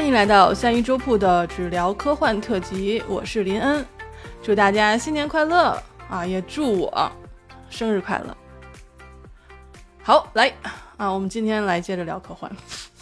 迎来到三一粥铺的只聊科幻特辑，我是林恩，祝大家新年快乐啊！也祝我生日快乐。好，来啊，我们今天来接着聊科幻。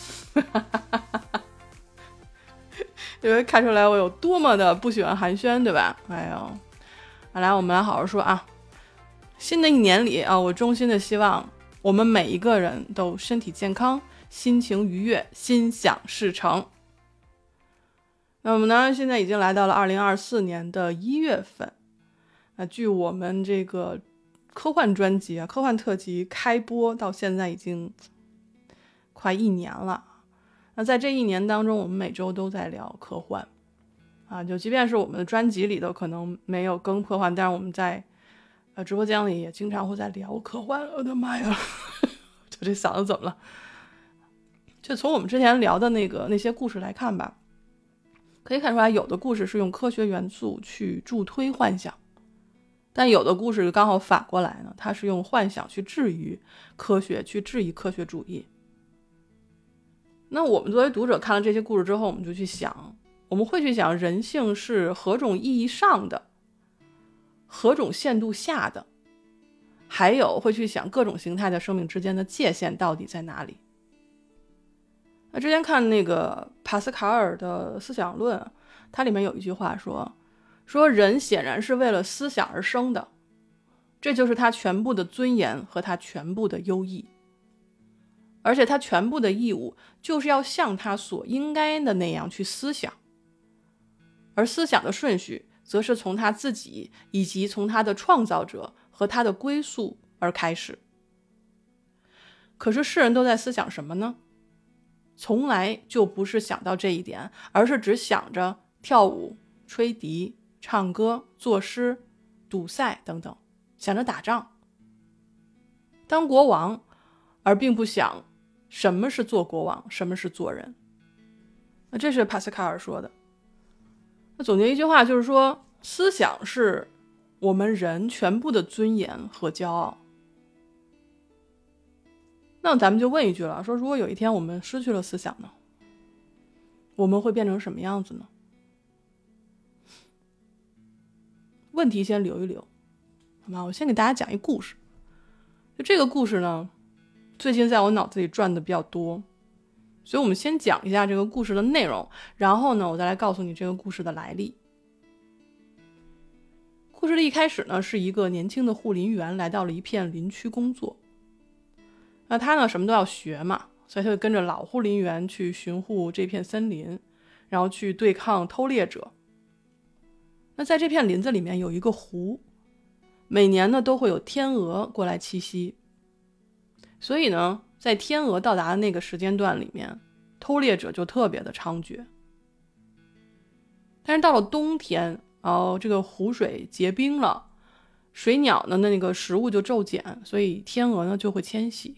就会看出来我有多么的不喜欢寒暄，对吧？哎呦，来，我们来好好说啊。新的一年里啊，我衷心的希望我们每一个人都身体健康，心情愉悦，心想事成。那我们呢，现在已经来到了2024年的1月份。距我们这个科幻专辑科幻特辑开播到现在已经快1年了。那在这1年当中，我们每周都在聊科幻就即便是我们的专辑里头可能没有更科幻，但是我们在直播间里也经常会在聊科幻。我的妈呀，就这嗓子怎么了？就从我们之前聊的那些故事来看吧，可以看出来有的故事是用科学元素去助推幻想，但有的故事刚好反过来呢，它是用幻想去质疑科学，去质疑科学主义。那我们作为读者看了这些故事之后，我们就去想，我们会去想人性是何种意义上的，何种限度下的，还有会去想各种形态的生命之间的界限到底在哪里。那之前看那个帕斯卡尔的思想论，它里面有一句话说人显然是为了思想而生的，这就是他全部的尊严和他全部的优异，而且他全部的义务就是要像他所应该的那样去思想，而思想的顺序则是从他自己以及从他的创造者和他的归宿而开始。可是世人都在思想什么呢？从来就不是想到这一点，而是只想着跳舞、吹笛、唱歌、作诗、赌赛等等，想着打仗、当国王，而并不想什么是做国王，什么是做人。那这是帕斯卡尔说的。那总结一句话就是说，思想是我们人全部的尊严和骄傲。那咱们就问一句了，说如果有一天我们失去了思想呢，我们会变成什么样子呢？问题先留一留，好吗？我先给大家讲一故事。就这个故事呢，最近在我脑子里转的比较多，所以我们先讲一下这个故事的内容，然后呢，我再来告诉你这个故事的来历。故事的一开始呢，是一个年轻的护林员来到了一片林区工作。那他呢，什么都要学嘛，所以他就跟着老护林员去巡护这片森林，然后去对抗偷猎者。那在这片林子里面有一个湖，每年呢都会有天鹅过来栖息，所以呢，在天鹅到达的那个时间段里面，偷猎者就特别的猖獗。但是到了冬天，这个湖水结冰了，水鸟呢那个食物就骤减，所以天鹅呢就会迁徙。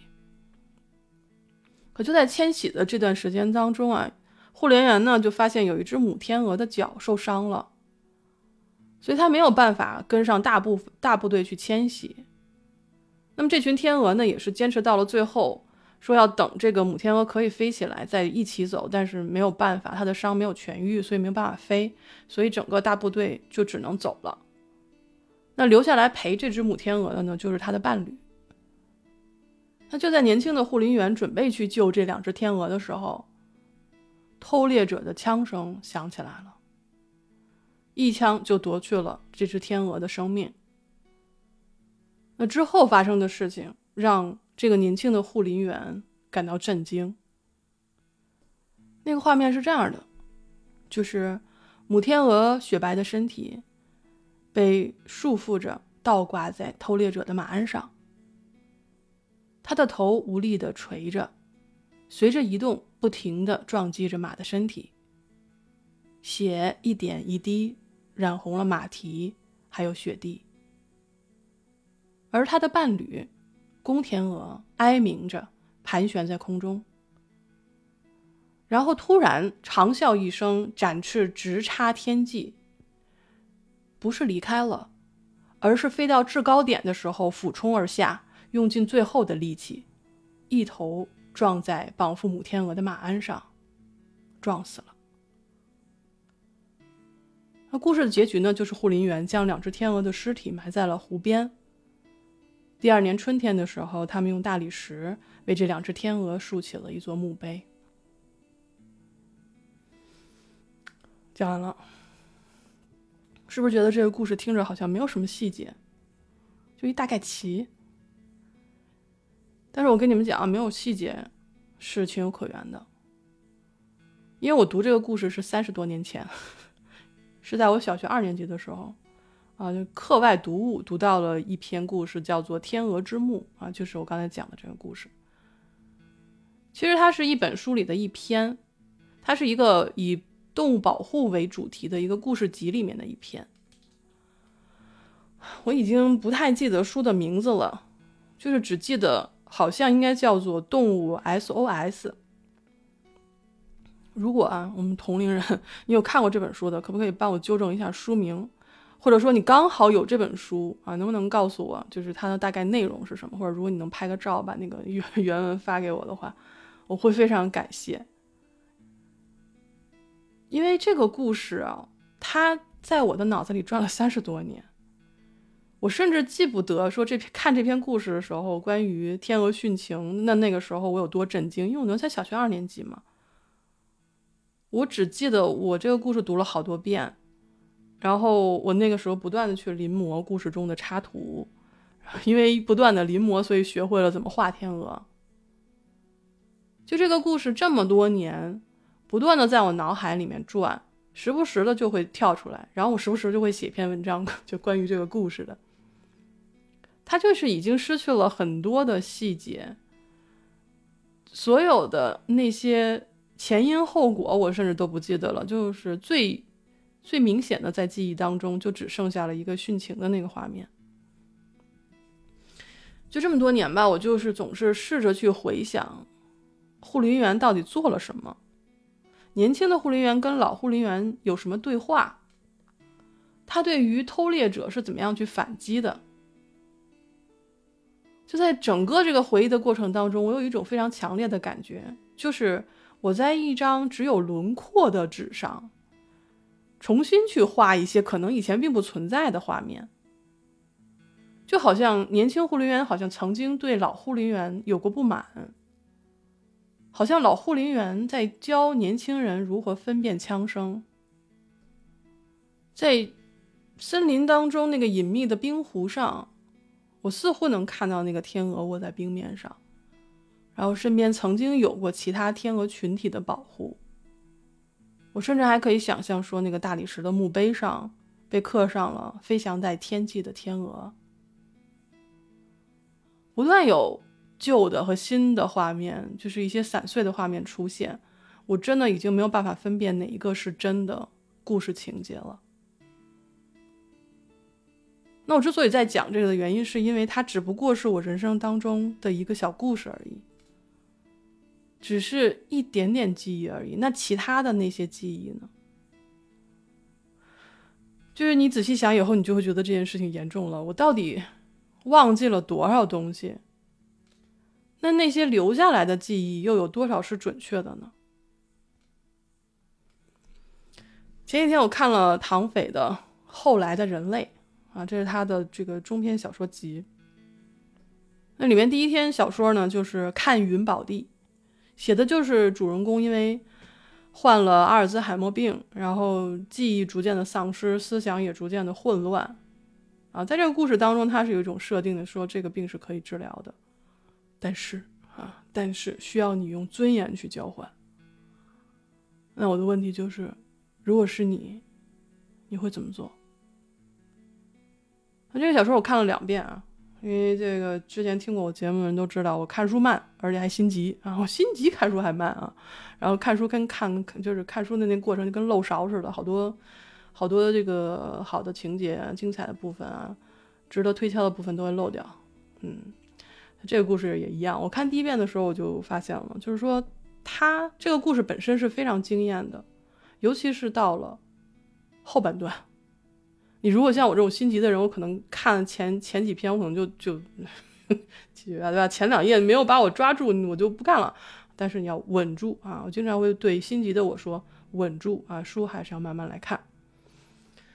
可就在迁徙的这段时间当中护林员呢就发现有一只母天鹅的脚受伤了，所以他没有办法跟上大部队去迁徙。那么这群天鹅呢也是坚持到了最后，说要等这个母天鹅可以飞起来再一起走，但是没有办法，它的伤没有痊愈，所以没有办法飞，所以整个大部队就只能走了。那留下来陪这只母天鹅的呢就是他的伴侣。那就在年轻的护林员准备去救这2只天鹅的时候，偷猎者的枪声响起来了，一枪就夺去了这只天鹅的生命。那之后发生的事情让这个年轻的护林员感到震惊。那个画面是这样的，就是母天鹅雪白的身体被束缚着倒挂在偷猎者的马鞍上，他的头无力地垂着，随着移动不停地撞击着马的身体，血一点一滴染红了马蹄还有雪地。而他的伴侣公天鹅哀鸣着盘旋在空中，然后突然长啸一声，展翅直插天际，不是离开了，而是飞到制高点的时候俯冲而下，用尽最后的力气，一头撞在绑缚母天鹅的马鞍上，撞死了。 那故事的结局呢，就是护林员将2只天鹅的尸体埋在了湖边。第2年春天的时候，他们用大理石为这2只天鹅竖起了一座墓碑。讲完了，是不是觉得这个故事听着好像没有什么细节，就一大概齐？但是我跟你们讲，没有细节是情有可原的，因为我读这个故事是30多年前，是在我小学2年级的时候就课外读物读到了一篇故事，叫做《天鹅之墓》就是我刚才讲的这个故事。其实它是一本书里的一篇，它是一个以动物保护为主题的一个故事集里面的一篇。我已经不太记得书的名字了，就是只记得好像应该叫做动物 SOS。 如果我们同龄人你有看过这本书的，可不可以帮我纠正一下书名，或者说你刚好有这本书能不能告诉我就是它的大概内容是什么，或者如果你能拍个照把那个原文发给我的话，我会非常感谢。因为这个故事它在我的脑子里转了30多年，我甚至记不得说看这篇故事的时候关于天鹅殉情那个时候我有多震惊，因为我才小学2年级嘛。我只记得我这个故事读了好多遍，然后我那个时候不断的去临摹故事中的插图，因为不断的临摹，所以学会了怎么画天鹅。就这个故事这么多年不断的在我脑海里面转，时不时的就会跳出来，然后我时不时就会写一篇文章就关于这个故事的。它就是已经失去了很多的细节，所有的那些前因后果我甚至都不记得了，就是最明显的在记忆当中就只剩下了一个殉情的那个画面。就这么多年吧，我就是总是试着去回想护林员到底做了什么，年轻的护林员跟老护林员有什么对话，他对于偷猎者是怎么样去反击的。就在整个这个回忆的过程当中，我有一种非常强烈的感觉，就是我在一张只有轮廓的纸上重新去画一些可能以前并不存在的画面。就好像年轻护林员好像曾经对老护林员有过不满，好像老护林员在教年轻人如何分辨枪声。在森林当中那个隐秘的冰湖上，我似乎能看到那个天鹅卧在冰面上，然后身边曾经有过其他天鹅群体的保护。我甚至还可以想象说那个大理石的墓碑上被刻上了飞翔在天际的天鹅。不断有旧的和新的画面，就是一些散碎的画面出现，我真的已经没有办法分辨哪一个是真的故事情节了。那我之所以在讲这个的原因，是因为它只不过是我人生当中的一个小故事而已，只是一点点记忆而已。那其他的那些记忆呢？就是你仔细想以后，你就会觉得这件事情严重了。我到底忘记了多少东西？那些留下来的记忆又有多少是准确的呢？前几天我看了唐斐的《后来的人类》这是他的这个中篇小说集。那里面第一篇小说呢，就是看云宝地，写的就是主人公因为患了阿尔兹海默病，然后记忆逐渐的丧失，思想也逐渐的混乱在这个故事当中，他是有一种设定的，说这个病是可以治疗的，但是需要你用尊严去交换。那我的问题就是，如果是你会怎么做？这个小说我看了2遍因为这个之前听过我节目的人都知道，我看书慢，而且还心急我心急看书还慢然后看书就是看书的那过程就跟漏勺似的，好多这个好的情节精彩的部分值得推敲的部分都会漏掉。这个故事也一样，我看第一遍的时候我就发现了，就是说它这个故事本身是非常惊艳的，尤其是到了后半段。你如果像我这种心急的人，我可能看前几篇我可能就对吧，前2页没有把我抓住我就不干了。但是你要稳住我经常会对心急的我说稳住书还是要慢慢来看。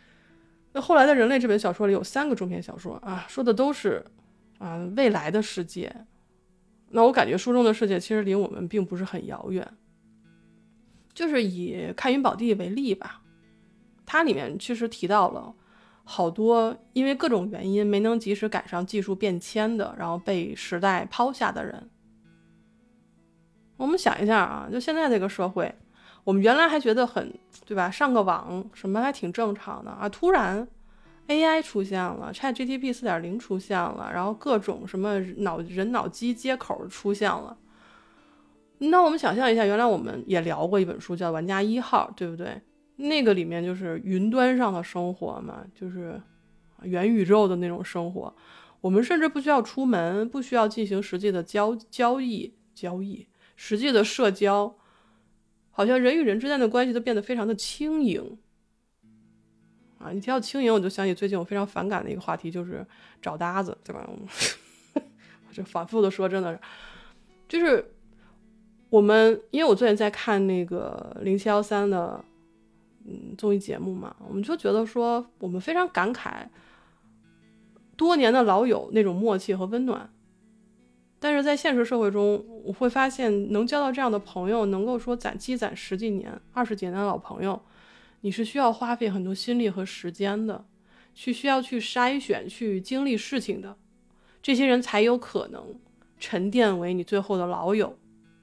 那后来的人类这本小说里有3个中篇小说啊，说的都是未来的世界。那我感觉书中的世界其实离我们并不是很遥远。就是以开云宝地为例吧，它里面其实提到了好多因为各种原因没能及时赶上技术变迁的，然后被时代抛下的人。我们想一下啊，就现在这个社会，我们原来还觉得很，对吧，上个网什么还挺正常的啊，突然 AI 出现了， ChatGPT 4.0 出现了，然后各种什么人脑机接口出现了。那我们想象一下，原来我们也聊过一本书叫《玩家1号》，对不对？那个里面就是云端上的生活嘛，就是元宇宙的那种生活。我们甚至不需要出门，不需要进行实际的交易，实际的社交，好像人与人之间的关系都变得非常的轻盈啊！你提到轻盈，我就想起最近我非常反感的一个话题，就是找搭子，对吧？我就反复的说，真的是，就是我们，因为我最近在看那个0713的综艺节目嘛，我们就觉得说我们非常感慨多年的老友那种默契和温暖。但是在现实社会中，我会发现能交到这样的朋友，能够说积攒10几年、20几年的老朋友，你是需要花费很多心力和时间的，需要去筛选、去经历事情的，这些人才有可能沉淀为你最后的老友。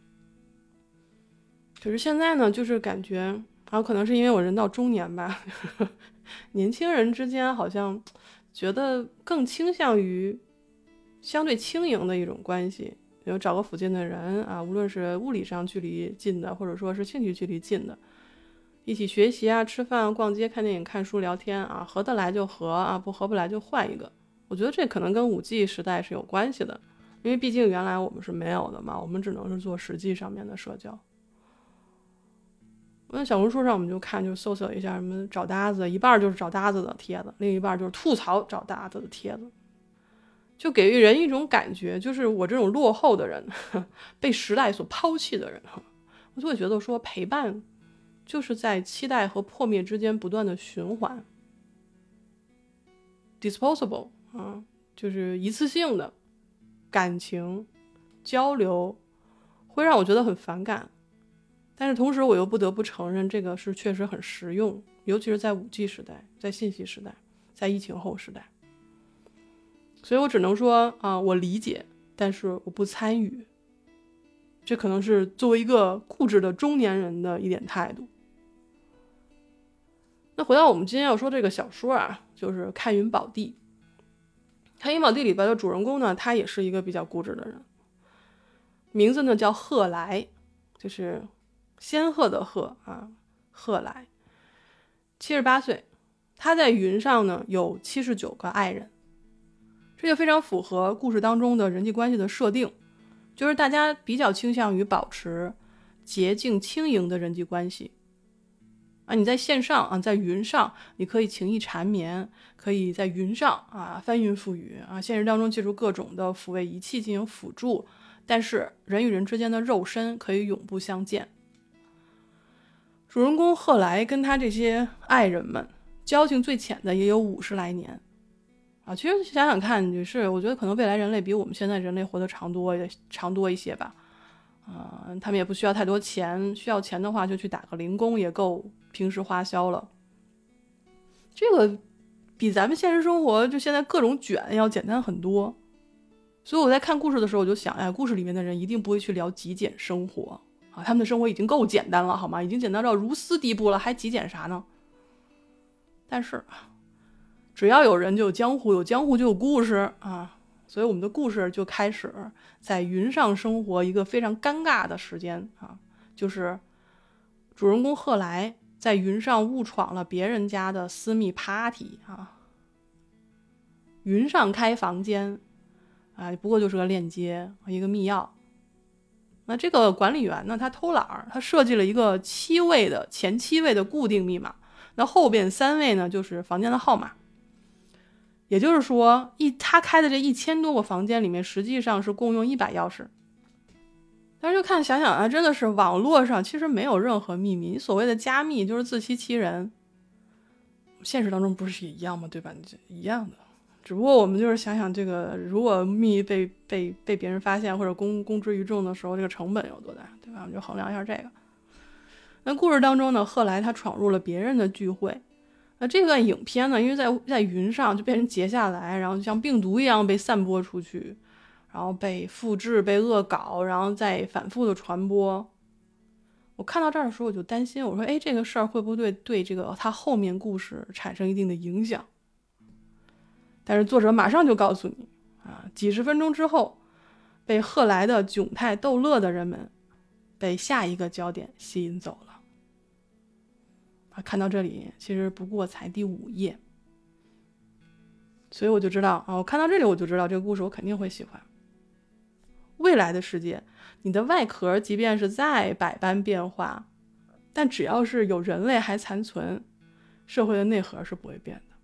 可是现在呢，就是感觉可能是因为我人到中年吧，年轻人之间好像觉得更倾向于相对轻盈的一种关系，比如找个附近的人啊，无论是物理上距离近的，或者说是兴趣距离近的，一起学习啊、吃饭、逛街、看电影、看书、聊天啊，合得来就合啊，不合不来就换一个。我觉得这可能跟5G 时代是有关系的，因为毕竟原来我们是没有的嘛，我们只能是做实际上面的社交。那小红书上我们就看，就搜索一下什么找搭子，一半就是找搭子的帖子，另一半就是吐槽找搭子的帖子，就给予人一种感觉，就是我这种落后的人，被时代所抛弃的人，我就会觉得说陪伴就是在期待和破灭之间不断的循环。 disposable 就是一次性的感情交流会让我觉得很反感，但是同时我又不得不承认这个是确实很实用，尤其是在5G 时代，在信息时代，在疫情后时代。所以我只能说我理解，但是我不参与，这可能是作为一个固执的中年人的一点态度。那回到我们今天要说这个小说就是《开云宝地》。开云宝地里边的主人公呢，他也是一个比较固执的人，名字呢叫贺来，就是仙鹤的鹤贺来，78岁。他在云上呢有79个爱人，这就非常符合故事当中的人际关系的设定，就是大家比较倾向于保持洁净轻盈的人际关系你在线上在云上你可以情意缠绵，可以在云上翻云覆雨现实当中借助各种的抚慰仪器进行辅助，但是人与人之间的肉身可以永不相见。主人公贺来跟他这些爱人们交情最浅的也有50来年其实想想看，就是我觉得可能未来人类比我们现在人类活得长多一些吧他们也不需要太多钱，需要钱的话就去打个零工也够平时花销了。这个比咱们现实生活就现在各种卷要简单很多。所以我在看故事的时候我就想故事里面的人一定不会去聊极简生活他们的生活已经够简单了好吗？已经简单到如斯地步了，还极简啥呢？但是只要有人就有江湖，有江湖就有故事所以我们的故事就开始在云上生活一个非常尴尬的时间就是主人公贺来在云上误闯了别人家的私密 party 云上开房间不过就是个链接，一个密钥。那这个管理员呢，他偷懒他设计了一个前7位的固定密码，那后边3位呢就是房间的号码。也就是说他开的这1000多个房间里面实际上是共用100钥匙。但是就想想真的是网络上其实没有任何秘密，你所谓的加密就是自欺欺人。 现实当中不是也一样吗？对吧？一样的，只不过我们就是想想这个，如果秘密被别人发现或者公之于众的时候，这个成本有多大，对吧？我们就衡量一下这个。那故事当中呢，赫莱他闯入了别人的聚会，那这段影片呢，因为在云上就被人截下来，然后就像病毒一样被散播出去，然后被复制、被恶搞，然后再反复的传播。我看到这儿的时候我就担心，我说这个事儿会不会对这个他后面故事产生一定的影响？但是作者马上就告诉你几十分钟之后，被赫莱的窘态逗乐的人们被下一个焦点吸引走了。看到这里其实不过才第5页，所以我就知道我看到这里我就知道这个故事我肯定会喜欢。未来的世界，你的外壳即便是再百般变化，但只要是有人类还残存，社会的内核是不会变的。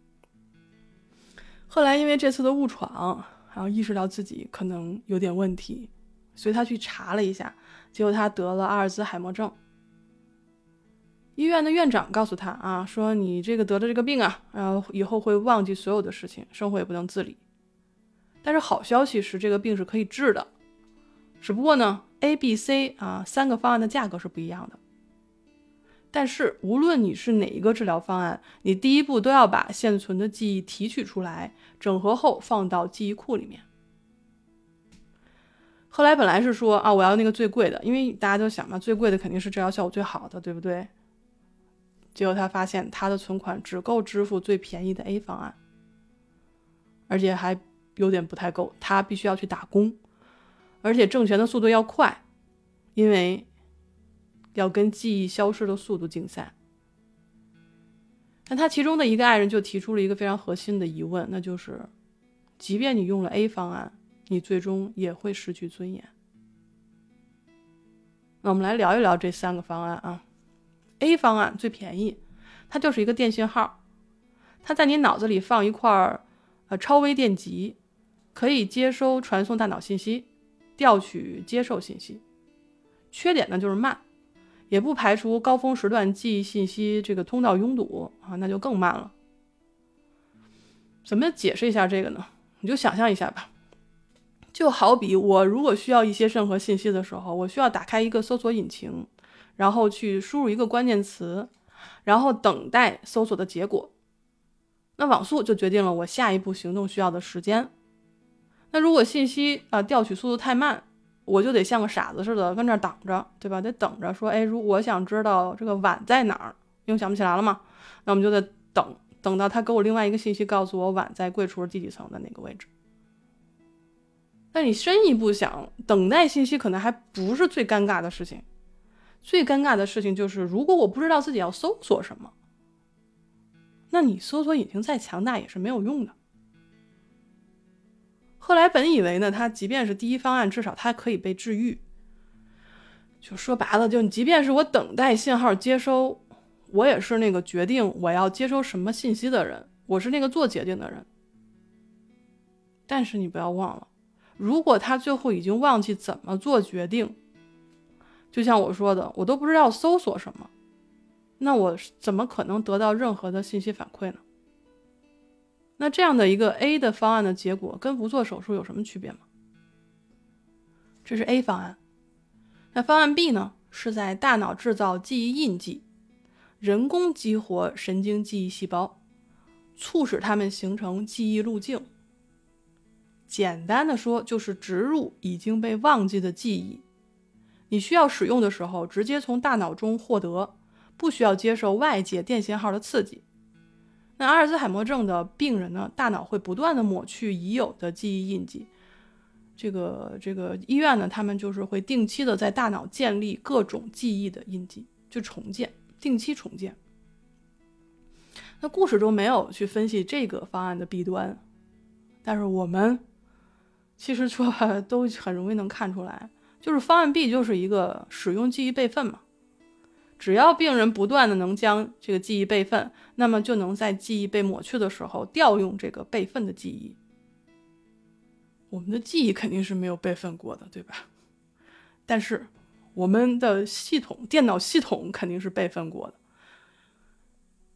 后来因为这次的误闯，然后意识到自己可能有点问题，所以他去查了一下，结果他得了阿尔兹海默症。医院的院长告诉他说你这个得了这个病然后以后会忘记所有的事情，生活也不能自理。但是好消息是这个病是可以治的，只不过呢 A、B、C 3个方案的价格是不一样的。但是无论你是哪一个治疗方案，你第一步都要把现存的记忆提取出来，整合后放到记忆库里面。后来本来是说我要那个最贵的，因为大家都想嘛，最贵的肯定是治疗效果最好的，对不对？结果他发现他的存款只够支付最便宜的 A 方案，而且还有点不太够，他必须要去打工，而且挣钱的速度要快，因为要跟记忆消失的速度竞赛。但他其中的一个爱人就提出了一个非常核心的疑问，那就是即便你用了 A 方案，你最终也会失去尊严。那我们来聊一聊这3个方案A 方案最便宜，它就是一个电信号，它在你脑子里放一块超微电极，可以接收传送大脑信息，调取接受信息。缺点呢就是慢，也不排除高峰时段记忆信息这个通道拥堵那就更慢了。怎么解释一下这个呢？你就想象一下吧，就好比我如果需要一些任何信息的时候，我需要打开一个搜索引擎，然后去输入一个关键词，然后等待搜索的结果。那网速就决定了我下一步行动需要的时间。那如果信息调取速度太慢，我就得像个傻子似的跟那等着，对吧？得等着说如果我想知道这个碗在哪儿，因为想不起来了嘛，那我们就得等到他给我另外一个信息告诉我碗在柜橱第几层的哪个位置。那你深一步想，等待信息可能还不是最尴尬的事情，最尴尬的事情就是如果我不知道自己要搜索什么，那你搜索引擎再强大也是没有用的。赫莱本以为呢，他即便是第一方案，至少他可以被治愈。就说白了，就即便是我等待信号接收，我也是那个决定我要接收什么信息的人，我是那个做决定的人。但是你不要忘了，如果他最后已经忘记怎么做决定，就像我说的，我都不知道搜索什么，那我怎么可能得到任何的信息反馈呢？那这样的一个 A 的方案的结果跟不做手术有什么区别吗？这是 A 方案。那方案 B 呢，是在大脑制造记忆印记，人工激活神经记忆细胞，促使它们形成记忆路径。简单的说，就是植入已经被忘记的记忆，你需要使用的时候直接从大脑中获得，不需要接受外界电信号的刺激。那阿尔兹海默症的病人呢，大脑会不断的抹去已有的记忆印记。这个医院呢，他们就是会定期的在大脑建立各种记忆的印记，就重建，定期重建。那故事中没有去分析这个方案的弊端，但是我们其实说都很容易能看出来，就是方案 B 就是一个使用记忆备份嘛。只要病人不断的能将这个记忆备份，那么就能在记忆被抹去的时候调用这个备份的记忆。我们的记忆肯定是没有备份过的，对吧？但是我们的系统，电脑系统肯定是备份过的。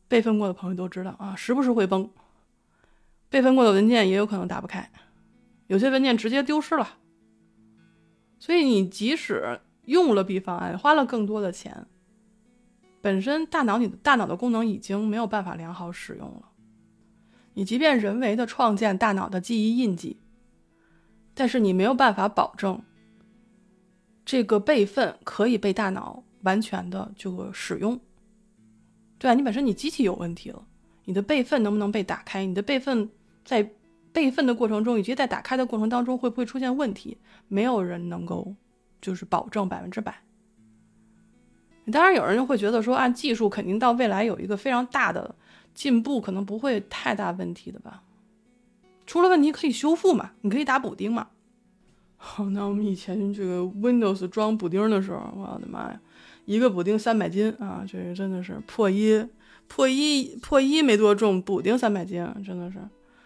备份过的朋友都知道啊，时不时会崩，备份过的文件也有可能打不开，有些文件直接丢失了。所以你即使用了 B 方案，花了更多的钱，本身你的大脑的功能已经没有办法良好使用了。你即便人为的创建大脑的记忆印记，但是你没有办法保证这个备份可以被大脑完全的就使用。对啊，你本身你机器有问题了，你的备份能不能被打开，你的备份在备份的过程中以及在打开的过程当中会不会出现问题，没有人能够就是保证100%。当然有人会觉得说，按技术肯定到未来有一个非常大的进步，可能不会太大问题的吧，出了问题可以修复嘛，你可以打补丁嘛。那我们以前这个 Windows 装补丁的时候，我的妈呀，一个补丁300斤啊，这个真的是破一没多重，补丁300斤，真的是。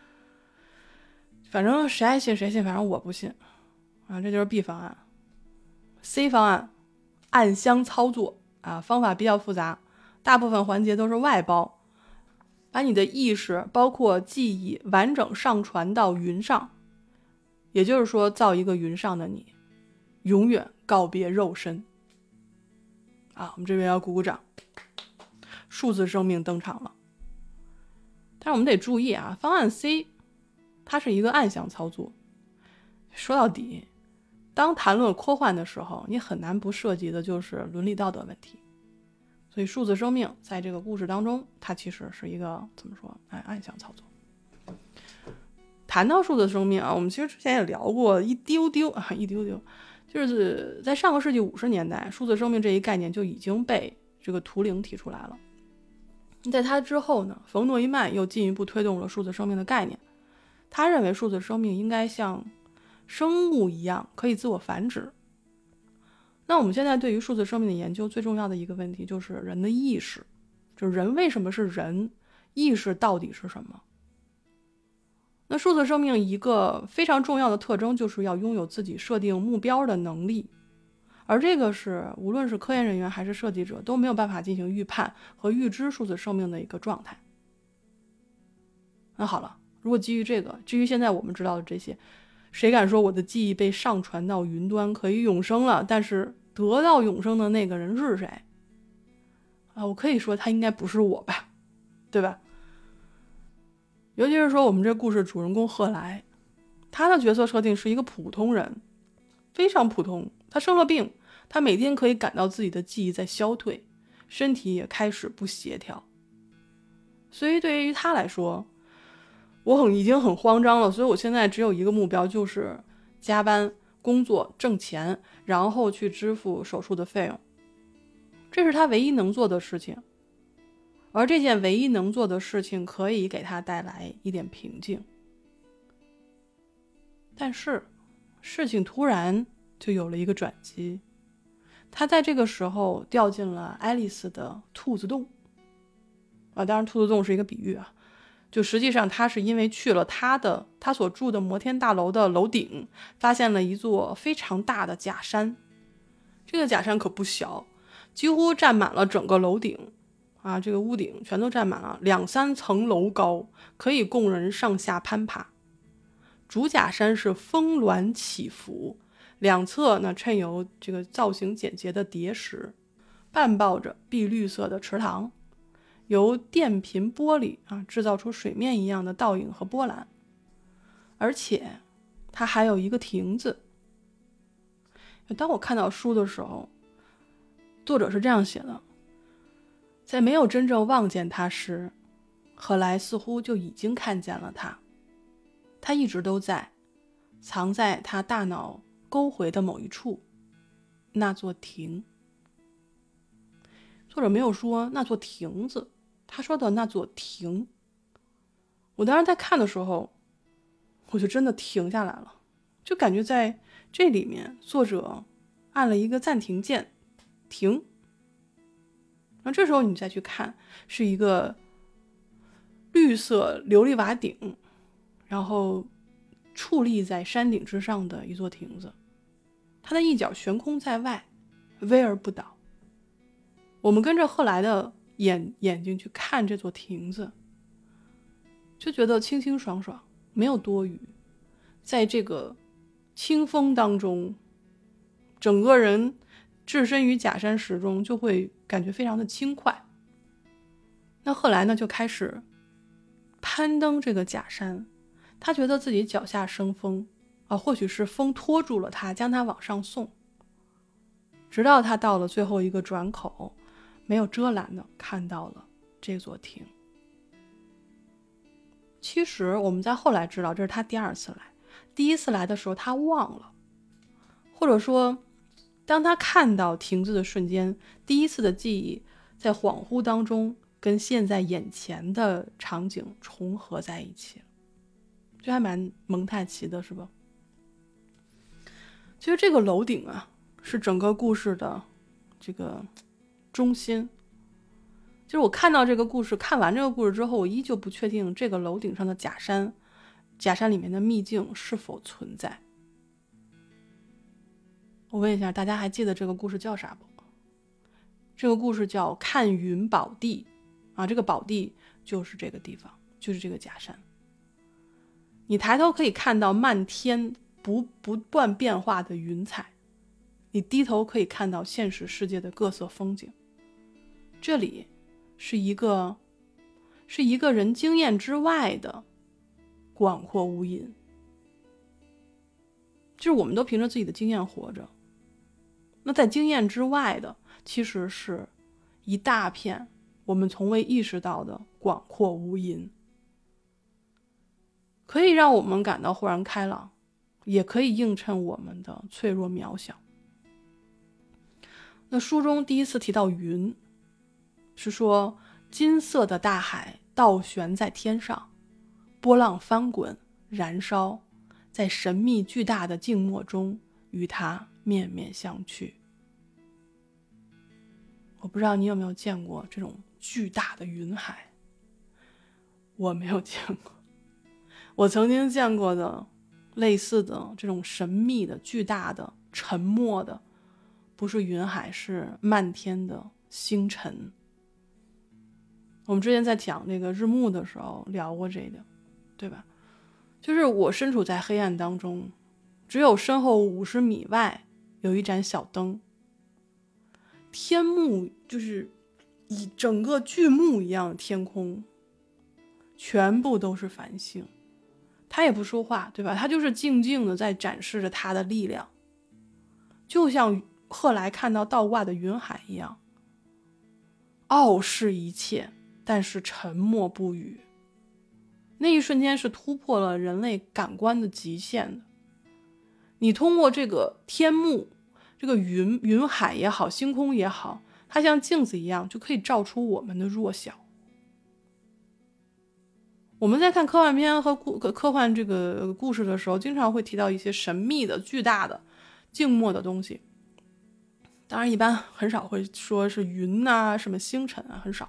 反正谁爱信谁信，反正我不信啊。这就是 B 方案。C 方案，暗箱操作啊，方法比较复杂，大部分环节都是外包，把你的意识包括记忆完整上传到云上，也就是说造一个云上的你，永远告别肉身啊。我们这边要鼓鼓掌，数字生命登场了。但是我们得注意啊，方案 C 它是一个暗箱操作。说到底，当谈论科幻的时候，你很难不涉及的就是伦理道德问题。所以数字生命在这个故事当中，它其实是一个怎么说，暗箱操作。谈到数字生命啊，我们其实之前也聊过一丢丢，就是在上个世纪50年代，数字生命这一概念就已经被这个图灵提出来了。在他之后呢，冯诺依曼又进一步推动了数字生命的概念。他认为数字生命应该像生物一样可以自我繁殖。那我们现在对于数字生命的研究最重要的一个问题就是人的意识，就是人为什么是人，意识到底是什么。那数字生命一个非常重要的特征就是要拥有自己设定目标的能力，而这个是无论是科研人员还是设计者都没有办法进行预判和预知数字生命的一个状态。那好了，如果基于这个，基于现在我们知道的这些，谁敢说我的记忆被上传到云端可以永生了，但是得到永生的那个人是谁啊？我可以说他应该不是我吧，对吧？尤其是说我们这故事主人公赫莱，他的角色设定是一个普通人，非常普通。他生了病，他每天可以感到自己的记忆在消退，身体也开始不协调。所以对于他来说，我已经很慌张了，所以我现在只有一个目标，就是加班工作挣钱，然后去支付手术的费用。这是他唯一能做的事情，而这件唯一能做的事情可以给他带来一点平静。但是事情突然就有了一个转机，他在这个时候掉进了爱丽丝的兔子洞当然兔子洞是一个比喻啊，就实际上他是因为去了他所住的摩天大楼的楼顶，发现了一座非常大的假山。这个假山可不小，几乎占满了整个楼顶啊，这个屋顶全都占满了2-3层楼高，可以供人上下攀爬。主假山是峰峦起伏，两侧呢衬有这个造型简洁的叠石，半抱着碧绿色的池塘，由电瓶玻璃制造出水面一样的倒影和波澜。而且它还有一个亭子。当我看到书的时候，作者是这样写的：在没有真正望见他时，赫莱似乎就已经看见了他。他一直都在，藏在他大脑沟回的某一处，那座亭。作者没有说那座亭子，他说的那座亭。我当时在看的时候，我就真的停下来了，就感觉在这里面作者按了一个暂停键，停。然后这时候你再去看，是一个绿色琉璃瓦顶，然后矗立在山顶之上的一座亭子，它的一角悬空在外，巍而不倒。我们跟着赫莱的眼睛去看这座亭子，就觉得清清爽爽，没有多余，在这个清风当中，整个人置身于假山石中，就会感觉非常的轻快。那后来呢，就开始攀登这个假山，他觉得自己脚下生风或许是风拖住了他，将他往上送，直到他到了最后一个转口，没有遮拦的看到了这座亭。其实我们在后来知道，这是他第二次来，第一次来的时候他忘了，或者说当他看到亭子的瞬间，第一次的记忆在恍惚当中跟现在眼前的场景重合在一起，这还蛮蒙太奇的，是吧？其实这个楼顶啊，是整个故事的这个中心。就是我看到这个故事，看完这个故事之后，我依旧不确定这个楼顶上的假山里面的秘境是否存在。我问一下，大家还记得这个故事叫啥不？这个故事叫看云宝地这个宝地就是这个地方，就是这个假山。你抬头可以看到漫天不断变化的云彩，你低头可以看到现实世界的各色风景。这里是一个人经验之外的广阔无垠，就是我们都凭着自己的经验活着，那在经验之外的其实是一大片我们从未意识到的广阔无垠，可以让我们感到豁然开朗，也可以映衬我们的脆弱渺小。那书中第一次提到云，是说金色的大海倒悬在天上，波浪翻滚燃烧，在神秘巨大的静默中与它面面相觑。我不知道你有没有见过这种巨大的云海，我没有见过。我曾经见过的类似的这种神秘的巨大的沉默的，不是云海，是漫天的星辰。我们之前在讲那个日暮的时候聊过这个，对吧？就是我身处在黑暗当中，只有身后50米外有一盏小灯，天幕就是以整个巨幕一样的天空，全部都是繁星。他也不说话，对吧？他就是静静的在展示着他的力量，就像赫来看到倒挂的云海一样，傲视一切，但是沉默不语。那一瞬间是突破了人类感官的极限的。你通过这个天幕，这个云海也好，星空也好，它像镜子一样，就可以照出我们的弱小。我们在看科幻片和科幻这个故事的时候，经常会提到一些神秘的、巨大的、静默的东西。当然，一般很少会说是云啊、什么星辰啊，很少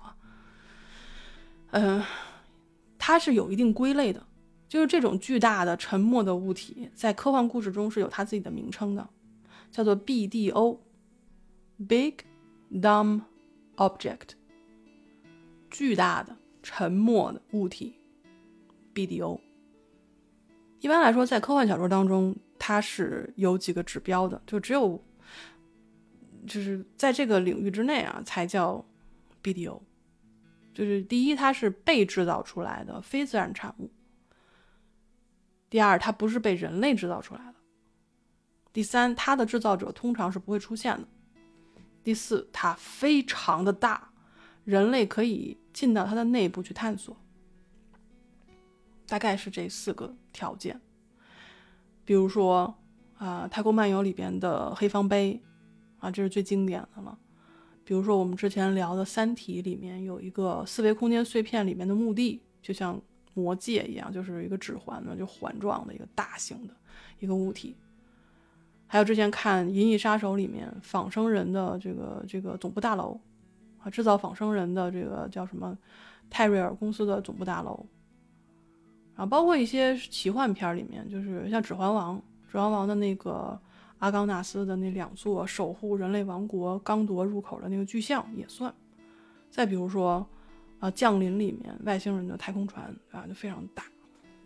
啊。它是有一定归类的，就是这种巨大的、沉默的物体，在科幻故事中是有它自己的名称的，叫做 BDO，Big Dumb Object， 巨大的、沉默的物体。BDO 一般来说在科幻小说当中它是有几个指标的，就只有就是在这个领域之内才叫 BDO。 就是第一，它是被制造出来的非自然产物；第二，它不是被人类制造出来的；第三，它的制造者通常是不会出现的；第四，它非常的大，人类可以进到它的内部去探索。大概是这4个条件。比如说太空漫游里边的黑方碑这是最经典的了。比如说我们之前聊的三体里面有一个四维空间碎片里面的墓地，就像魔戒一样，就是一个指环就环状的一个大型的一个物体。还有之前看银翼杀手里面仿生人的这个总部大楼制造仿生人的这个叫什么泰瑞尔公司的总部大楼。然后包括一些奇幻片里面，就是像指环王的那个阿冈纳斯的那2座守护人类王国刚铎入口的那个巨像也算。 再比如说降临里面外星人的太空船就非常大。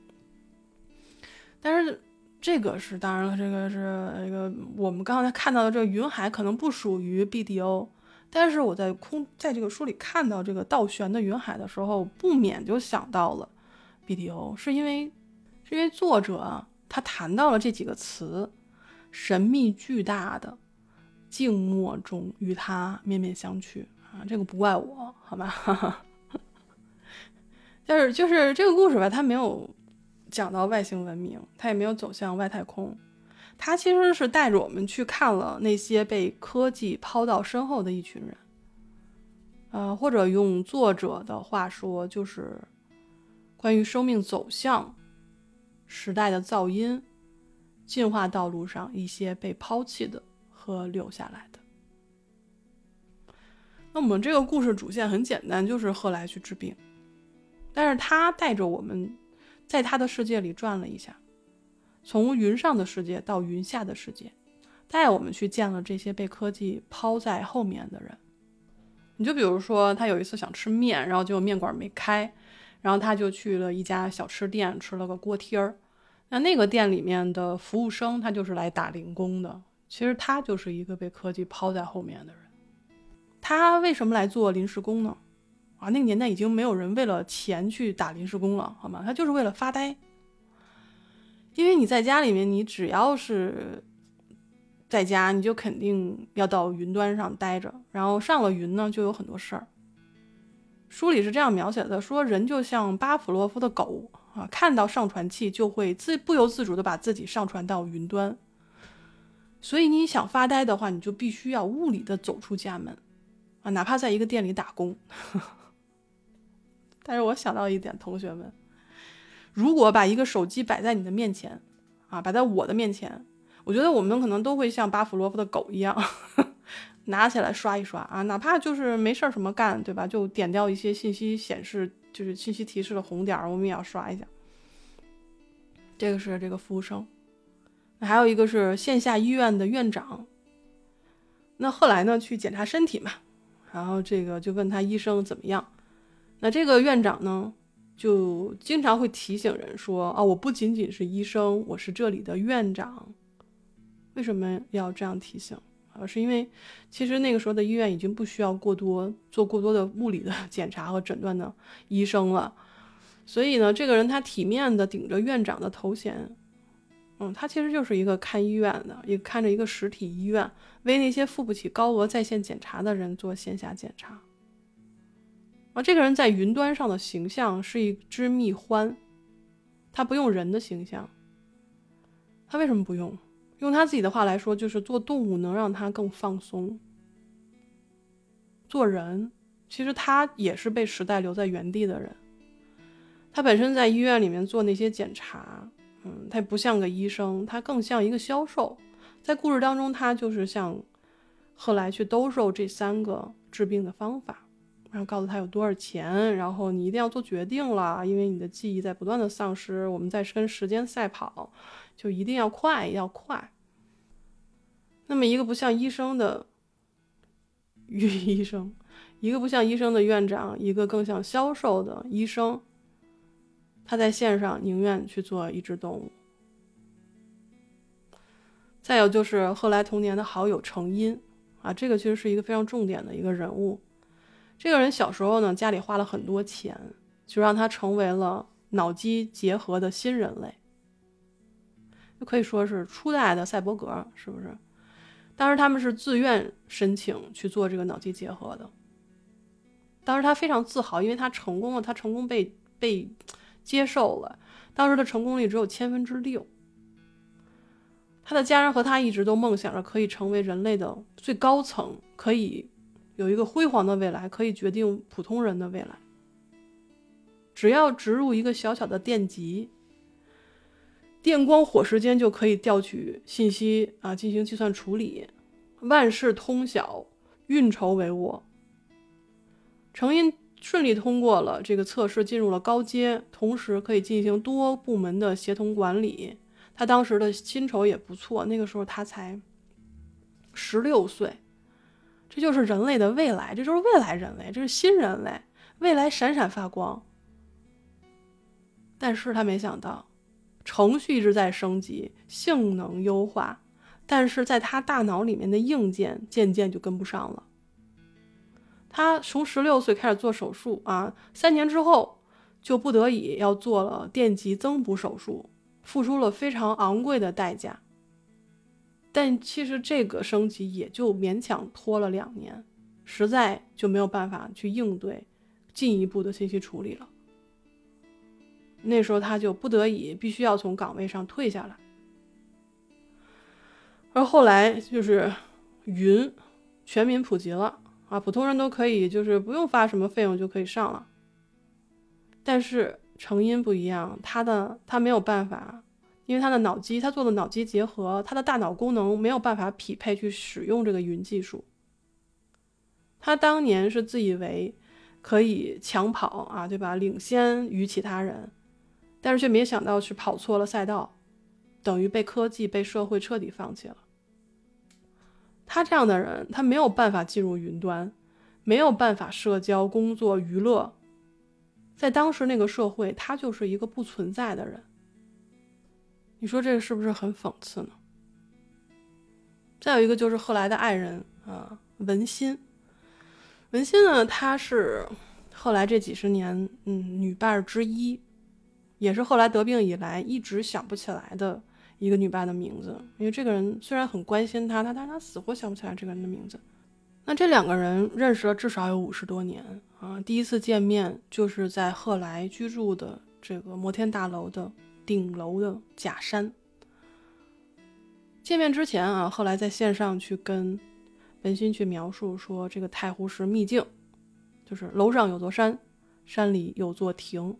但是这个是当然了，这个我们刚才看到的这个云海可能不属于 BDO， 但是我在这个书里看到这个倒悬的云海的时候，不免就想到了 BDO， 是因为作者他谈到了这几个词：神秘巨大的静默中与他面面相觑这个不怪我，好吧？但是就是这个故事吧，它没有讲到外星文明，它也没有走向外太空，它其实是带着我们去看了那些被科技抛到身后的一群人，或者用作者的话说，就是关于生命走向、时代的噪音、进化道路上一些被抛弃的和留下来的。那我们这个故事主线很简单，就是赫莱去治病，但是他带着我们在他的世界里转了一下，从云上的世界到云下的世界，带我们去见了这些被科技抛在后面的人。你就比如说他有一次想吃面，然后结果面馆没开，然后他就去了一家小吃店吃了个锅贴儿。那个店里面的服务生他就是来打零工的，其实他就是一个被科技抛在后面的人。他为什么来做临时工呢？那个年代已经没有人为了钱去打临时工了，好吗？他就是为了发呆。因为你在家里面，你只要是在家，你就肯定要到云端上待着，然后上了云呢，就有很多事儿。书里是这样描写的，说人就像巴甫洛夫的狗看到上传器就会不由自主的把自己上传到云端。所以你想发呆的话，你就必须要物理的走出家门哪怕在一个店里打工。但是我想到一点，同学们，如果把一个手机摆在你的面前摆在我的面前，我觉得我们可能都会像巴甫洛夫的狗一样拿起来刷一刷哪怕就是没事什么干，对吧？就点掉一些信息显示，就是信息提示的红点，我们也要刷一下。这个是这个服务生。还有一个是线下医院的院长。那后来呢，去检查身体嘛，然后这个就问他医生怎么样。那这个院长呢，就经常会提醒人说我不仅仅是医生，我是这里的院长。为什么要这样提醒是因为其实那个时候的医院已经不需要做过多的物理的检查和诊断的医生了，所以呢，这个人他体面的顶着院长的头衔，他其实就是一个看医院的，也看着一个实体医院，为那些付不起高额在线检查的人做线下检查。这个人在云端上的形象是一只蜜獾，他不用人的形象。他为什么不用？用他自己的话来说，就是做动物能让他更放松。做人，其实他也是被时代留在原地的人。他本身在医院里面做那些检查，他不像个医生，他更像一个销售。在故事当中，他就是向赫莱去兜售这3个治病的方法，然后告诉他有多少钱，然后你一定要做决定了，因为你的记忆在不断的丧失，我们在跟时间赛跑，就一定要快，要快。那么一个不像医生的医生，一个不像医生的院长，一个更像销售的医生，他在线上宁愿去做一只动物。再有就是赫莱童年的好友程因这个其实是一个非常重点的一个人物。这个人小时候呢，家里花了很多钱，就让他成为了脑机结合的新人类，就可以说是初代的赛博格，是不是？当时他们是自愿申请去做这个脑机结合的。当时他非常自豪，因为他成功了，他成功被接受了，当时的成功率只有6%。他的家人和他一直都梦想着可以成为人类的最高层，可以有一个辉煌的未来，可以决定普通人的未来。只要植入一个小小的电极，电光火石间就可以调取信息进行计算处理，万事通晓，运筹帷幄。程因顺利通过了这个测试，进入了高阶，同时可以进行多部门的协同管理。他当时的薪酬也不错，那个时候他才16岁， 这就是人类的未来，这就是未来人类，这是新人类，未来闪闪发光。但是他没想到，程序一直在升级，性能优化，但是在他大脑里面的硬件渐渐就跟不上了。他从16岁开始做手术啊，3年之后就不得已要做了电极增补手术，付出了非常昂贵的代价。但其实这个升级也就勉强拖了2年，实在就没有办法去应对进一步的信息处理了。那时候他就不得已必须要从岗位上退下来。而后来就是云全民普及了啊，普通人都可以就是不用发什么费用就可以上了。但是程因不一样，他没有办法，因为他的脑机，他做的脑机结合，他的大脑功能没有办法匹配去使用这个云技术。他当年是自以为可以抢跑啊，对吧？领先于其他人，但是却没想到是跑错了赛道，等于被科技、被社会彻底放弃了。他这样的人，他没有办法进入云端，没有办法社交、工作、娱乐，在当时那个社会，他就是一个不存在的人。你说这个是不是很讽刺呢？再有一个就是后来的爱人啊，文心。文心呢，她是后来这几十年女伴之一，也是后来得病以来一直想不起来的一个女伴的名字。因为这个人虽然很关心她，但她死活想不起来这个人的名字。那这2个人认识了至少有50多年啊，第一次见面就是在贺来居住的这个摩天大楼的顶楼的假山。见面之前啊，后来在线上去跟文心去描述说，这个太湖石秘境就是楼上有座山，山里有座亭。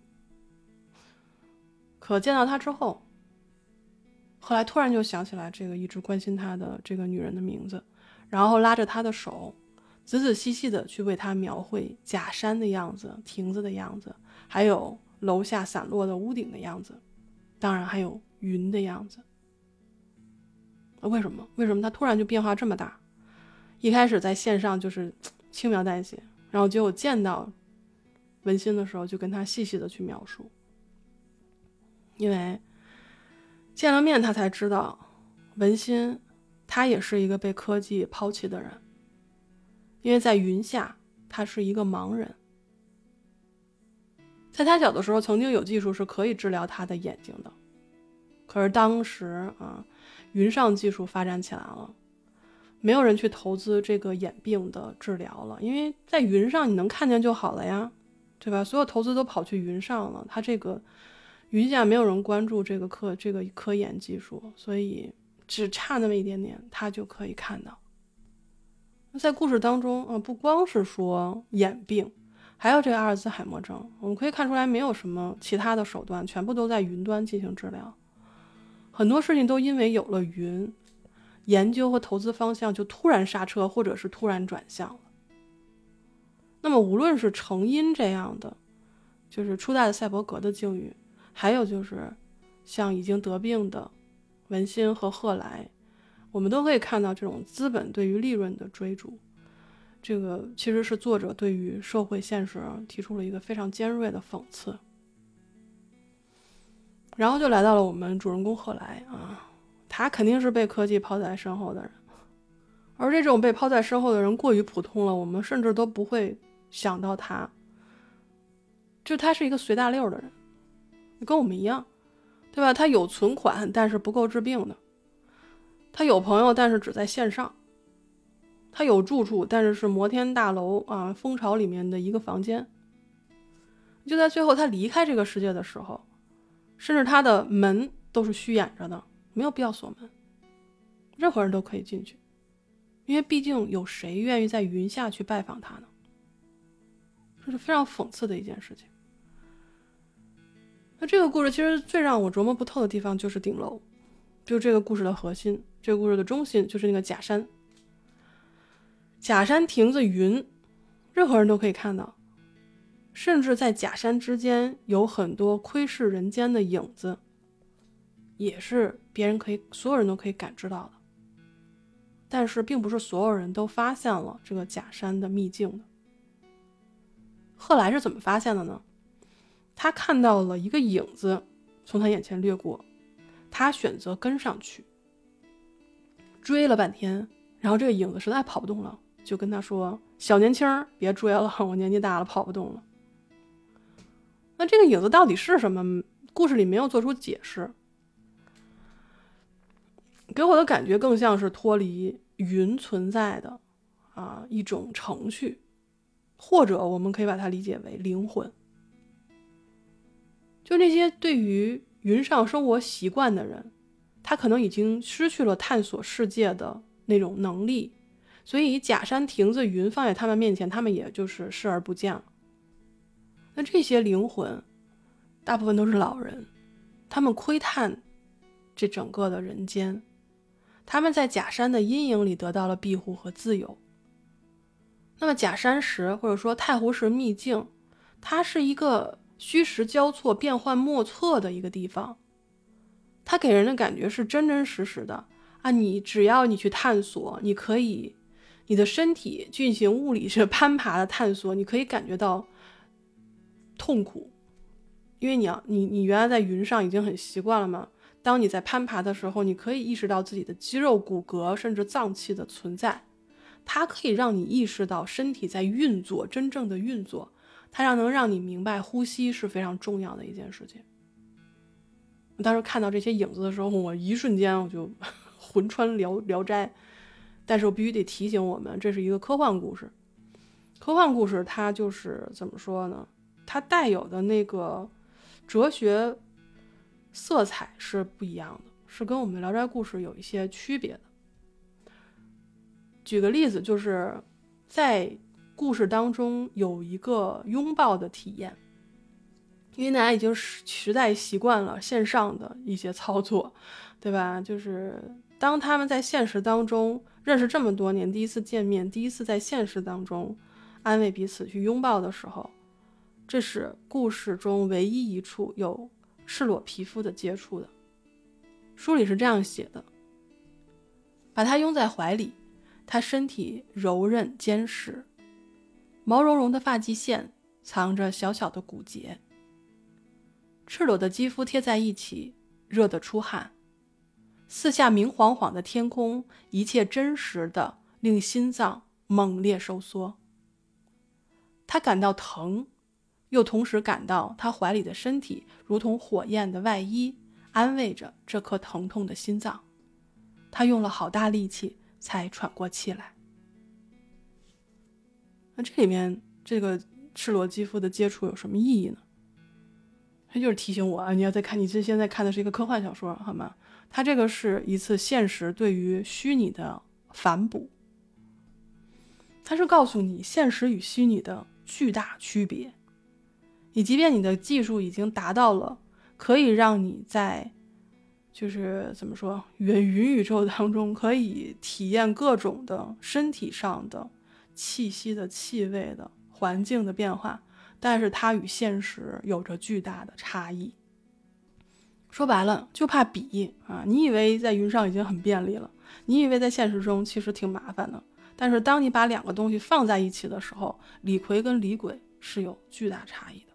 可见到他之后，后来突然就想起来这个一直关心他的这个女人的名字，然后拉着他的手，仔仔细细的去为他描绘假山的样子、亭子的样子，还有楼下散落的屋顶的样子，当然还有云的样子。为什么他突然就变化这么大？一开始在线上就是轻描淡写，然后结果见到文心的时候就跟他细细的去描述。因为见了面他才知道，文心他也是一个被科技抛弃的人，因为在云下他是一个盲人。在他小的时候曾经有技术是可以治疗他的眼睛的，可是当时云上技术发展起来了，没有人去投资这个眼病的治疗了，因为在云上你能看见就好了呀，对吧？所有投资都跑去云上了，他这个云下没有人关注这个科研技术，所以只差那么一点点他就可以看到。在故事当中不光是说眼病，还有这个阿尔兹海默症，我们可以看出来没有什么其他的手段，全部都在云端进行治疗。很多事情都因为有了云，研究和投资方向就突然刹车，或者是突然转向了。那么无论是程因这样的就是初代的赛博格的境遇，还有就是像已经得病的文心和贺来，我们都可以看到这种资本对于利润的追逐，这个其实是作者对于社会现实提出了一个非常尖锐的讽刺。然后就来到了我们主人公贺来他肯定是被科技抛在身后的人，而这种被抛在身后的人过于普通了，我们甚至都不会想到他，就他是一个随大溜的人，跟我们一样，对吧？他有存款但是不够治病的，他有朋友但是只在线上，他有住处但是是摩天大楼蜂巢里面的一个房间。就在最后他离开这个世界的时候，甚至他的门都是虚掩着的，没有必要锁门，任何人都可以进去，因为毕竟有谁愿意在云下去拜访他呢？这是非常讽刺的一件事情。那这个故事其实最让我琢磨不透的地方就是顶楼，就这个故事的核心，这个故事的中心就是那个假山。假山亭子云，任何人都可以看到，甚至在假山之间有很多窥视人间的影子，也是别人可以，所有人都可以感知到的。 但是并不是所有人都发现了这个假山的秘境的。贺来是怎么发现的呢？他看到了一个影子从他眼前掠过，他选择跟上去，追了半天，然后这个影子实在跑不动了，就跟他说：小年轻别追了，我年纪大了跑不动了。那这个影子到底是什么？故事里没有做出解释，给我的感觉更像是脱离云存在的一种程序，或者我们可以把它理解为灵魂。就那些对于云上生活习惯的人，他可能已经失去了探索世界的那种能力，所以假山亭子云放在他们面前，他们也就是视而不见了。那这些灵魂大部分都是老人，他们窥探这整个的人间，他们在假山的阴影里得到了庇护和自由。那么假山石或者说太湖石秘境，它是一个虚实交错变幻莫测的一个地方，它给人的感觉是真真实实的你只要你去探索，你可以你的身体进行物理是攀爬的探索，你可以感觉到痛苦，因为你原来在云上已经很习惯了嘛，当你在攀爬的时候，你可以意识到自己的肌肉骨骼甚至脏器的存在，它可以让你意识到身体在运作，真正的运作，它能让你明白呼吸是非常重要的一件事情。我当时看到这些影子的时候，我一瞬间我就魂穿聊斋。但是我必须得提醒我们，这是一个科幻故事。科幻故事它就是怎么说呢，它带有的那个哲学色彩是不一样的，是跟我们的聊斋故事有一些区别的。举个例子，就是在故事当中有一个拥抱的体验，因为大家已经实在习惯了线上的一些操作，对吧？就是当他们在现实当中认识这么多年，第一次见面，第一次在现实当中安慰彼此去拥抱的时候，这是故事中唯一一处有赤裸皮肤的接触的。书里是这样写的：把他拥在怀里，他身体柔韧坚实，毛茸茸的发际线藏着小小的骨节，赤裸的肌肤贴在一起，热得出汗。四下明晃晃的天空，一切真实的令心脏猛烈收缩。他感到疼，又同时感到他怀里的身体如同火焰的外衣，安慰着这颗疼痛的心脏。他用了好大力气才喘过气来。那这里面这个赤裸肌肤的接触有什么意义呢？它就是提醒我你要再看，你现在看的是一个科幻小说，好吗？它这个是一次现实对于虚拟的反哺，它是告诉你现实与虚拟的巨大区别，你即便你的技术已经达到了可以让你在就是怎么说云宇宙当中可以体验各种的身体上的气息的气味的环境的变化，但是它与现实有着巨大的差异。说白了就怕比你以为在云上已经很便利了，你以为在现实中其实挺麻烦的，但是当你把两个东西放在一起的时候，李逵跟李鬼是有巨大差异的。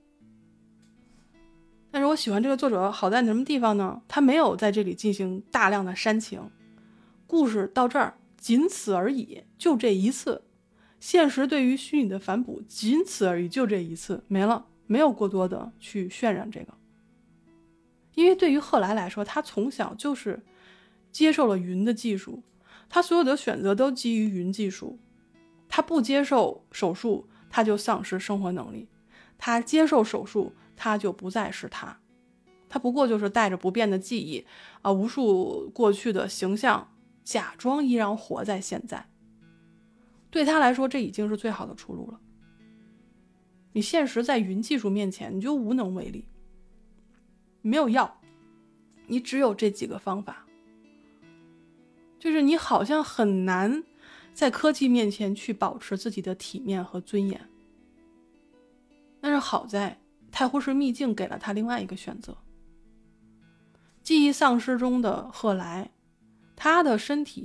但是我喜欢这个作者好在什么地方呢？他没有在这里进行大量的煽情，故事到这儿仅此而已，就这一次，现实对于虚拟的反哺仅此而已，就这一次没了，没有过多的去渲染这个。因为对于贺来来说，他从小就是接受了云的技术，他所有的选择都基于云技术，他不接受手术他就丧失生活能力，他接受手术他就不再是他，他不过就是带着不变的记忆无数过去的形象，假装依然活在现在。对他来说这已经是最好的出路了。你现实在云技术面前你就无能为力，没有药，你只有这几个方法，就是你好像很难在科技面前去保持自己的体面和尊严。但是好在太湖石秘境给了他另外一个选择。记忆丧失中的贺来，他的身体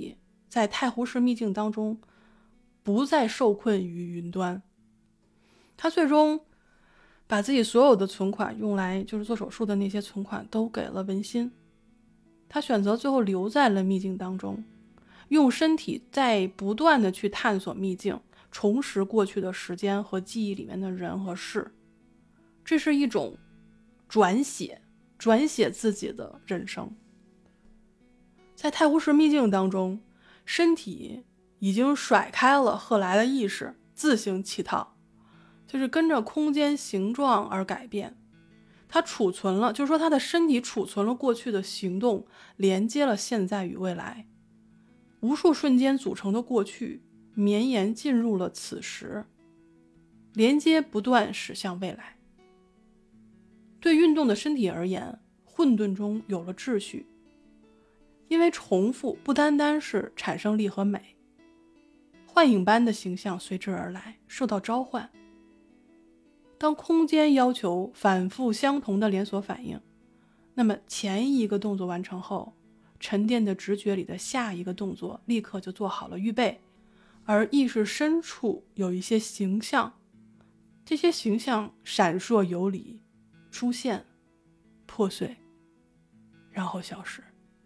在太湖石秘境当中不再受困于云端。他最终把自己所有的存款用来就是做手术的那些存款都给了文心，他选择最后留在了秘境当中，用身体在不断的去探索秘境，重拾过去的时间和记忆里面的人和事。这是一种转写自己的人生。在太湖石秘境当中，身体已经甩开了赫来的意识，自行乞讨，就是跟着空间形状而改变。它储存了，就是说它的身体储存了过去的行动，连接了现在与未来，无数瞬间组成的过去绵延进入了此时，连接不断驶向未来。对运动的身体而言，混沌中有了秩序，因为重复不单单是产生力和美，幻影般的形象随之而来，受到召唤。当空间要求反复相同的连锁反应，那么前一个动作完成后，沉淀的直觉里的下一个动作立刻就做好了预备。而意识深处有一些形象，这些形象闪烁游离，出现，破碎，然后消失。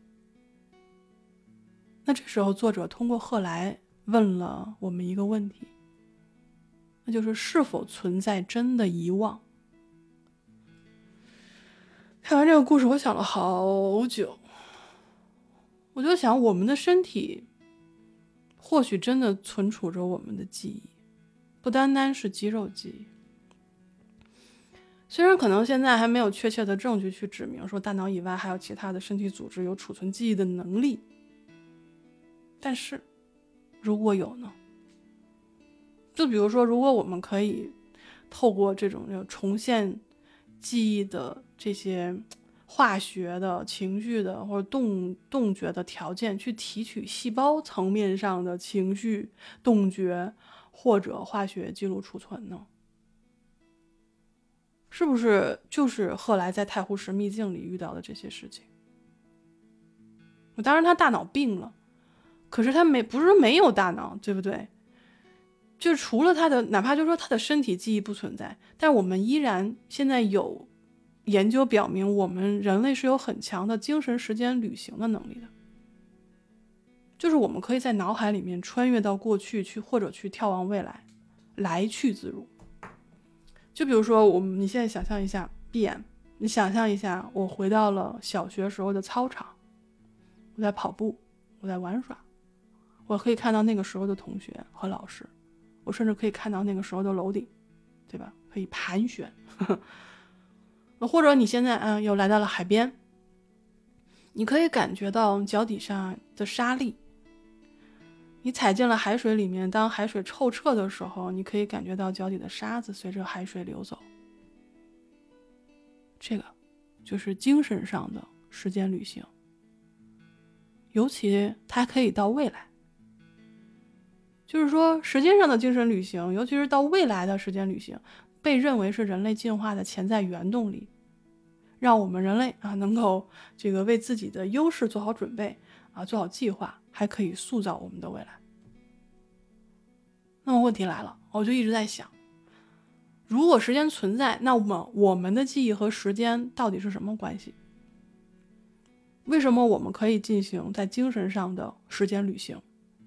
那这时候作者通过赫来问了我们一个问题，那就是是否存在真的遗忘。看完这个故事，我想了好久，我就想我们的身体或许真的存储着我们的记忆，不单单是肌肉记忆。虽然可能现在还没有确切的证据去指明说大脑以外还有其他的身体组织有储存记忆的能力，但是如果有呢？就比如说，如果我们可以透过这种重现记忆的这些化学的、情绪的或者动觉的条件，去提取细胞层面上的情绪、动觉或者化学记录储存呢？是不是就是赫来在太湖石秘境里遇到的这些事情？当然他大脑病了，可是他不是没有大脑，对不对？就除了他的，哪怕就说他的身体记忆不存在，但我们依然现在有研究表明，我们人类是有很强的精神时间旅行的能力的，就是我们可以在脑海里面穿越到过去去，或者去眺望未来，来去自如。就比如说你现在想象一下，闭眼，你想象一下，我回到了小学时候的操场，我在跑步，我在玩耍，我可以看到那个时候的同学和老师，我甚至可以看到那个时候的楼顶，对吧？可以盘旋。或者你现在又来到了海边，你可以感觉到脚底下的沙粒，你踩进了海水里面，当海水透彻的时候，你可以感觉到脚底的沙子随着海水流走。这个就是精神上的时间旅行，尤其它可以到未来。就是说时间上的精神旅行，尤其是到未来的时间旅行，被认为是人类进化的潜在原动力，让我们人类能够这个为自己的优势做好准备做好计划，还可以塑造我们的未来。那么问题来了，我就一直在想，如果时间存在，那么我们的记忆和时间到底是什么关系？为什么我们可以进行在精神上的时间旅行？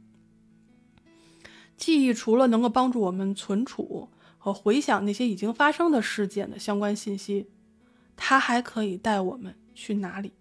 记忆除了能够帮助我们存储和回想那些已经发生的事件的相关信息，它还可以带我们去哪里？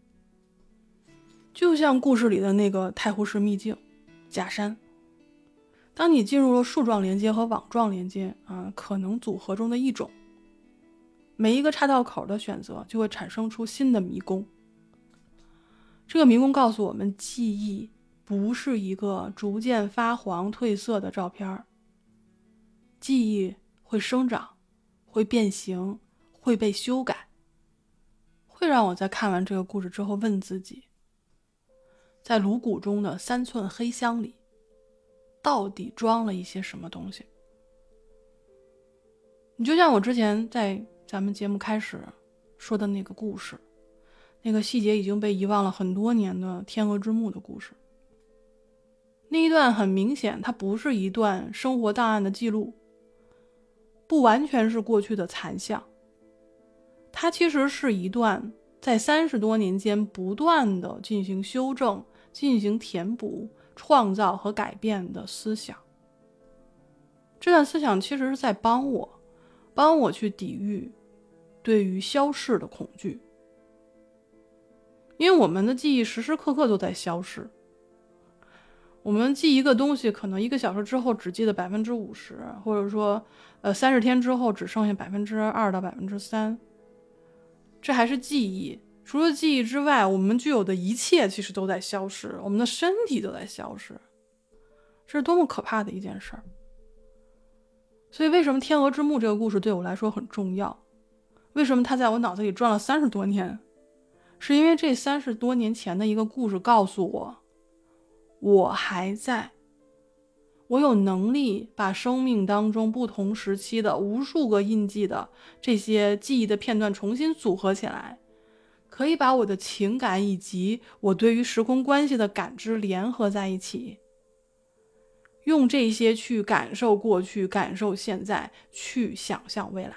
就像故事里的那个太湖石秘境假山，当你进入了树状连接和网状连接可能组合中的一种，每一个岔道口的选择就会产生出新的迷宫。这个迷宫告诉我们，记忆不是一个逐渐发黄褪色的照片，记忆会生长，会变形，会被修改，会让我在看完这个故事之后问自己，在颅骨中的3寸黑箱里到底装了一些什么东西。你就像我之前在咱们节目开始说的那个故事，那个细节已经被遗忘了很多年的天鹅之墓的故事， 那一段很明显它不是一段生活档案的记录，不完全是过去的残像，它其实是一段在30多年间不断的进行修正、进行填补、创造和改变的思想。这段思想其实是在帮我去抵御对于消逝的恐惧，因为我们的记忆时时刻刻都在消逝。我们记一个东西，可能1个小时之后只记得50%，或者说30天之后只剩下2%到3%，这还是记忆。除了记忆之外，我们具有的一切其实都在消失，我们的身体都在消失，这是多么可怕的一件事儿。所以为什么天鹅之墓这个故事对我来说很重要，为什么它在我脑子里转了30多年，是因为这30多年前的一个故事告诉我，我还在，我有能力把生命当中不同时期的无数个印记的这些记忆的片段重新组合起来，可以把我的情感以及我对于时空关系的感知联合在一起，用这些去感受过去，感受现在，去想象未来。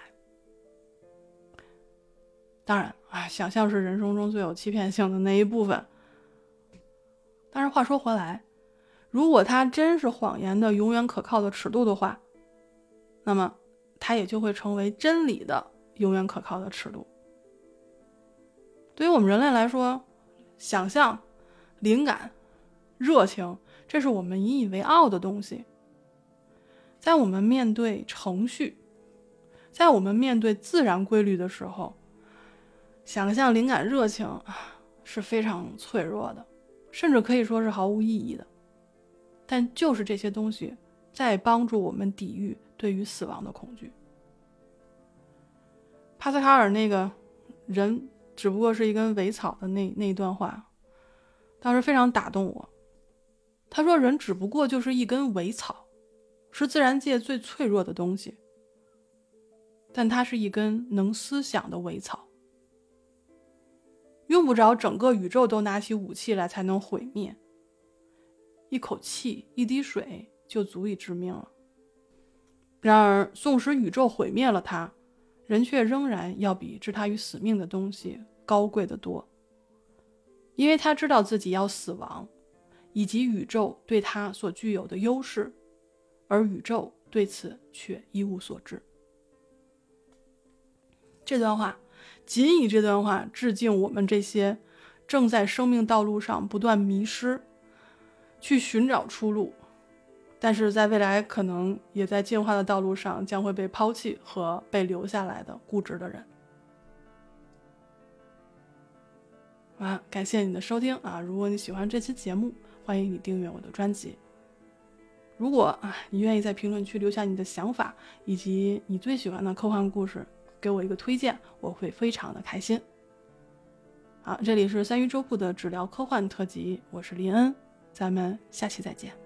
当然想象是人生中最有欺骗性的那一部分。但是话说回来，如果它真是谎言的永远可靠的尺度的话，那么它也就会成为真理的永远可靠的尺度。对于我们人类来说，想象、灵感、热情，这是我们引以为傲的东西。在我们面对程序，在我们面对自然规律的时候，想象、灵感、热情是非常脆弱的，甚至可以说是毫无意义的。但就是这些东西在帮助我们抵御对于死亡的恐惧。帕斯卡尔那个人只不过是一根苇草的那一段话，当时非常打动我。他说人只不过就是一根苇草，是自然界最脆弱的东西，但它是一根能思想的苇草，用不着整个宇宙都拿起武器来才能毁灭，一口气、一滴水就足以致命了。然而纵使宇宙毁灭了它，人却仍然要比置他于死命的东西高贵得多，因为他知道自己要死亡，以及宇宙对他所具有的优势，而宇宙对此却一无所知。这段话，仅以这段话致敬我们这些正在生命道路上不断迷失，去寻找出路，但是在未来可能也在进化的道路上将会被抛弃和被留下来的固执的人。感谢你的收听如果你喜欢这期节目，欢迎你订阅我的专辑。如果你愿意在评论区留下你的想法以及你最喜欢的科幻故事，给我一个推荐，我会非常的开心。好，这里是三鱼粥铺的治疗科幻特辑，我是林恩，咱们下期再见。